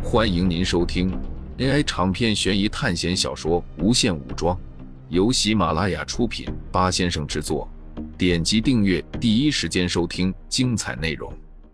欢迎您收听 AI 长篇悬疑探险小说《无限武装》，由喜马拉雅出品，八先生制作。点击订阅，第一时间收听精彩内容。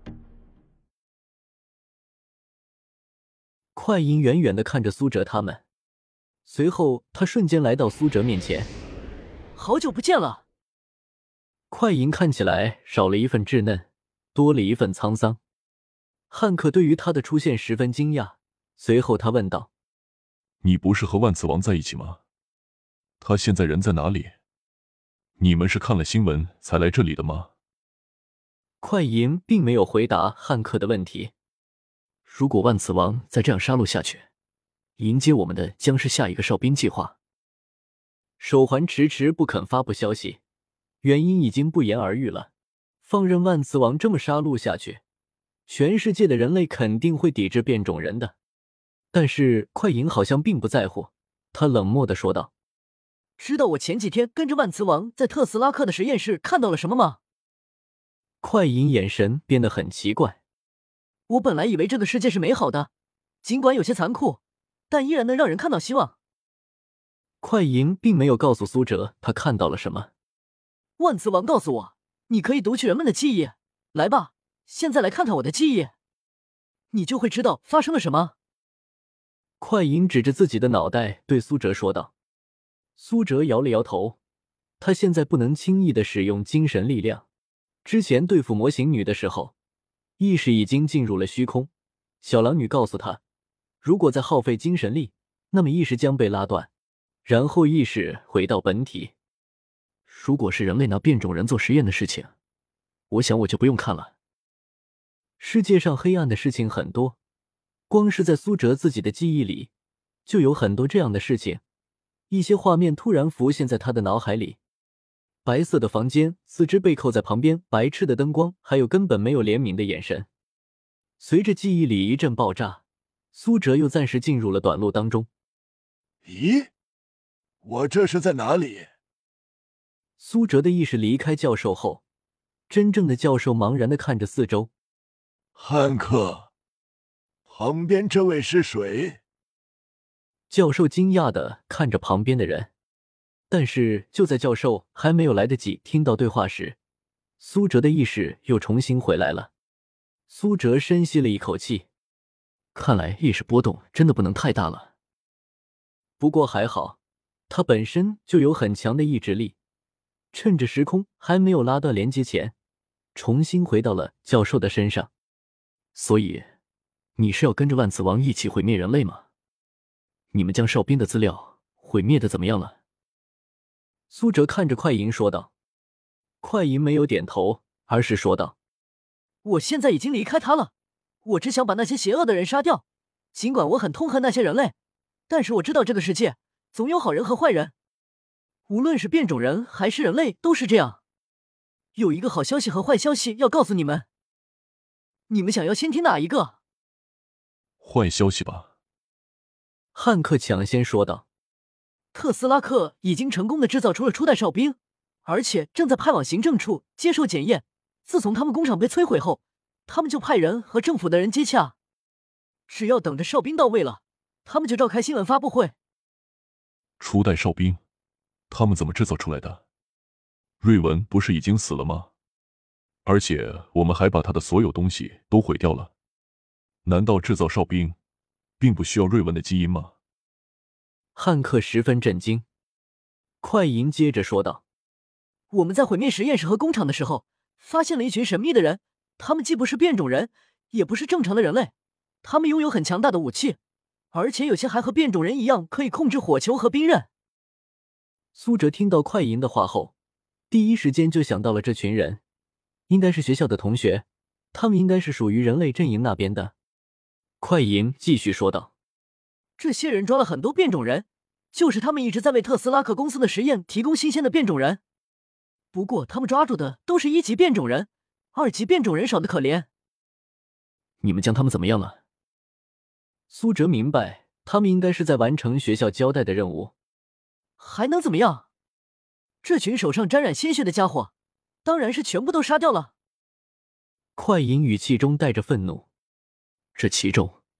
快银远远地看着苏哲他们，随后他瞬间来到苏哲面前。 好久不见了。 快银看起来少了一份稚嫩，多了一份沧桑。汉克对于他的出现十分惊讶，随后他问道： 你不是和万磁王在一起吗？他现在人在哪里？你们是看了新闻才来这里的吗？ 快银并没有回答汉克的问题。如果万磁王再这样杀戮下去，迎接我们的将是下一个哨兵计划。手环迟迟不肯发布消息，原因已经不言而喻了。放任万磁王这么杀戮下去，全世界的人类肯定会抵制变种人的。但是快银好像并不在乎，他冷漠地说道： 知道我前几天跟着万磁王在特斯拉克的实验室看到了什么吗？ 快银眼神变得很奇怪。 我本来以为这个世界是美好的，尽管有些残酷，但依然能让人看到希望。 快银并没有告诉苏哲他看到了什么。 万磁王告诉我，你可以读取人们的记忆。来吧，现在来看看我的记忆，你就会知道发生了什么。 快银指着自己的脑袋对苏哲说道。苏哲摇了摇头，他现在不能轻易地使用精神力量。之前对付模型女的时候，意识已经进入了虚空。小狼女告诉他，如果再耗费精神力，那么意识将被拉断，然后意识回到本体。如果是人类拿变种人做实验的事情，我想我就不用看了。世界上黑暗的事情很多，光是在苏哲自己的记忆里，就有很多这样的事情。一些画面突然浮现在他的脑海里。白色的房间，四肢被扣在旁边，白炽的灯光，还有根本没有怜悯的眼神。随着记忆里一阵爆炸，苏哲又暂时进入了短路当中。 咦，我这是在哪里？ 苏哲的意识离开教授后，真正的教授茫然地看着四周。 汉克，旁边这位是谁？ 教授惊讶地看着旁边的人，但是就在教授还没有来得及听到对话时，苏哲的意识又重新回来了。苏哲深吸了一口气，看来意识波动真的不能太大了。不过还好，他本身就有很强的意志力，趁着时空还没有拉断连接前，重新回到了教授的身上。所以，你是要跟着万磁王一起毁灭人类吗？你们将哨兵的资料毁灭的怎么样了？苏哲看着快银说道。快银没有点头，而是说道： 我现在已经离开他了，我只想把那些邪恶的人杀掉。尽管我很痛恨那些人类，但是我知道这个世界总有好人和坏人，无论是变种人还是人类都是这样。有一个好消息和坏消息要告诉你们，你们想要先听哪一个？ 坏消息吧。 汉克抢先说道。 特斯拉克已经成功的制造出了初代哨兵，而且正在派往行政处接受检验。自从他们工厂被摧毁后，他们就派人和政府的人接洽，只要等着哨兵到位了，他们就召开新闻发布会。 初代哨兵，他们怎么制造出来的？瑞文不是已经死了吗？而且我们还把他的所有东西都毁掉了，难道制造哨兵并不需要瑞文的基因吗？ 汉克十分震惊。快银接着说道： 我们在毁灭实验室和工厂的时候，发现了一群神秘的人，他们既不是变种人，也不是正常的人类，他们拥有很强大的武器，而且有些还和变种人一样可以控制火球和兵刃。 苏哲听到快银的话后，第一时间就想到了这群人，应该是学校的同学，他们应该是属于人类阵营那边的。快银继续说道： 这些人抓了很多变种人，就是他们一直在为特斯拉克公司的实验提供新鲜的变种人。不过他们抓住的都是1级变种人，2级变种人少得可怜。 你们将他们怎么样了？苏哲明白，他们应该是在完成学校交代的任务。 还能怎么样？这群手上沾染鲜血的家伙，当然是全部都杀掉了。 快银语气中带着愤怒，这其中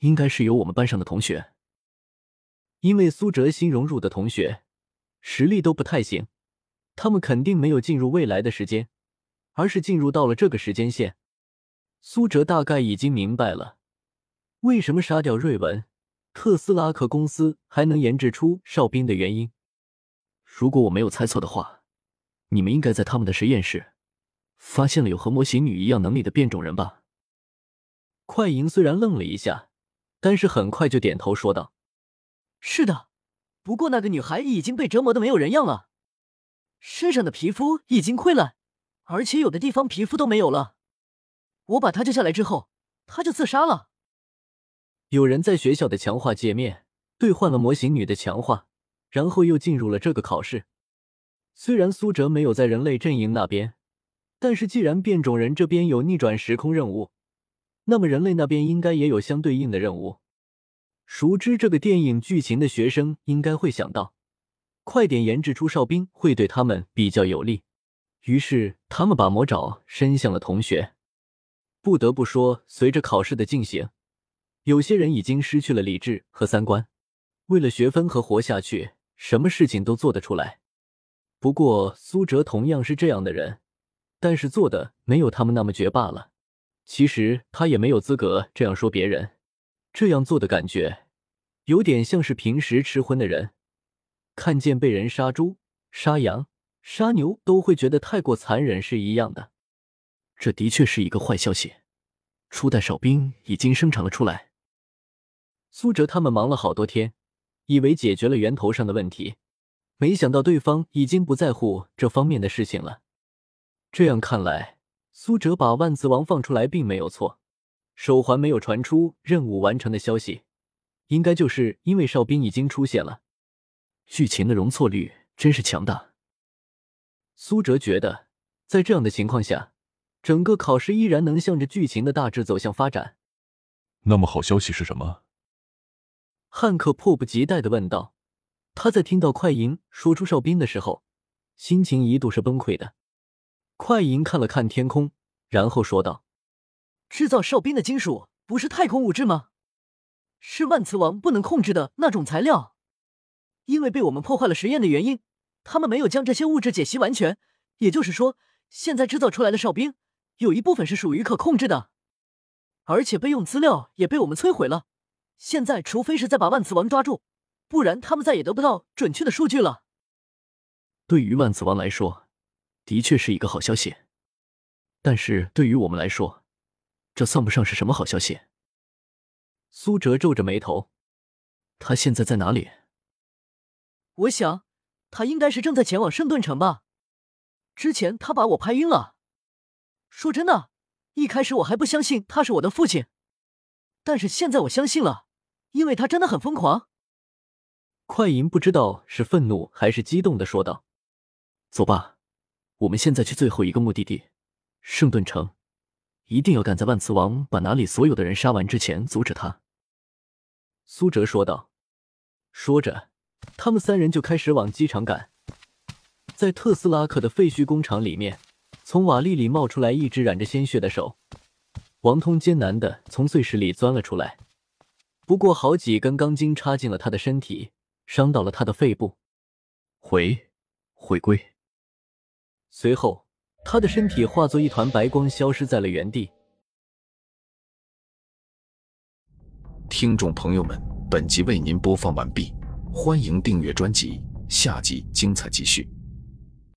应该是有我们班上的同学。因为苏哲新融入的同学实力都不太行，他们肯定没有进入未来的时间，而是进入到了这个时间线。苏哲大概已经明白了为什么杀掉瑞文，特斯拉克公司还能研制出哨兵的原因。如果我没有猜错的话，你们应该在他们的实验室发现了有和魔形女一样能力的变种人吧？快银虽然愣了一下，但是很快就点头说道： 是的，不过那个女孩已经被折磨的没有人样了，身上的皮肤已经溃烂，而且有的地方皮肤都没有了。我把她救下来之后，她就自杀了。 有人在学校的强化界面兑换了魔形女的强化，然后又进入了这个考试。虽然苏哲没有在人类阵营那边，但是既然变种人这边有逆转时空任务，那么人类那边应该也有相对应的任务。熟知这个电影剧情的学生应该会想到，快点研制出哨兵会对他们比较有利，于是他们把魔爪伸向了同学。不得不说，随着考试的进行，有些人已经失去了理智和三观，为了学分和活下去，什么事情都做得出来。不过苏哲同样是这样的人，但是做的没有他们那么绝罢了。其实他也没有资格这样说别人，这样做的感觉有点像是平时吃荤的人看见被人杀猪、杀羊、杀牛都会觉得太过残忍是一样的。这的确是一个坏消息，初代哨兵已经生产了出来。苏哲他们忙了好多天，以为解决了源头上的问题，没想到对方已经不在乎这方面的事情了。这样看来，苏哲把万磁王放出来并没有错，手环没有传出任务完成的消息，应该就是因为哨兵已经出现了。剧情的容错率真是强大。苏哲觉得，在这样的情况下，整个考试依然能向着剧情的大致走向发展。 那么好消息是什么？ 汉克迫不及待地问道。他在听到快银说出哨兵的时候，心情一度是崩溃的。快银看了看天空，然后说道： 制造哨兵的金属不是太空物质吗？是万磁王不能控制的那种材料。因为被我们破坏了实验的原因，他们没有将这些物质解析完全，也就是说，现在制造出来的哨兵有一部分是属于可控制的，而且备用资料也被我们摧毁了。现在除非是再把万磁王抓住，不然他们再也得不到准确的数据了。 对于万磁王来说，的确是一个好消息，但是对于我们来说，这算不上是什么好消息。苏哲皱着眉头，他现在在哪里？ 我想，他应该是正在前往圣顿城吧。之前他把我拍晕了。说真的，一开始我还不相信他是我的父亲，但是现在我相信了，因为他真的很疯狂。 快银不知道是愤怒还是激动地说道：走吧，我们现在去最后一个目的地圣顿城，一定要赶在万磁王把哪里所有的人杀完之前阻止他。苏哲说道。说着，他们三人就开始往机场赶。在特斯拉克的废墟工厂里面，从瓦砾里冒出来一只染着鲜血的手。王通艰难地从碎石里钻了出来，不过好几根钢筋插进了他的身体，伤到了他的肺部。回归。随后，他的身体化作一团白光，消失在了原地。 听众朋友们，本集为您播放完毕，欢迎订阅专辑，下集精彩继续。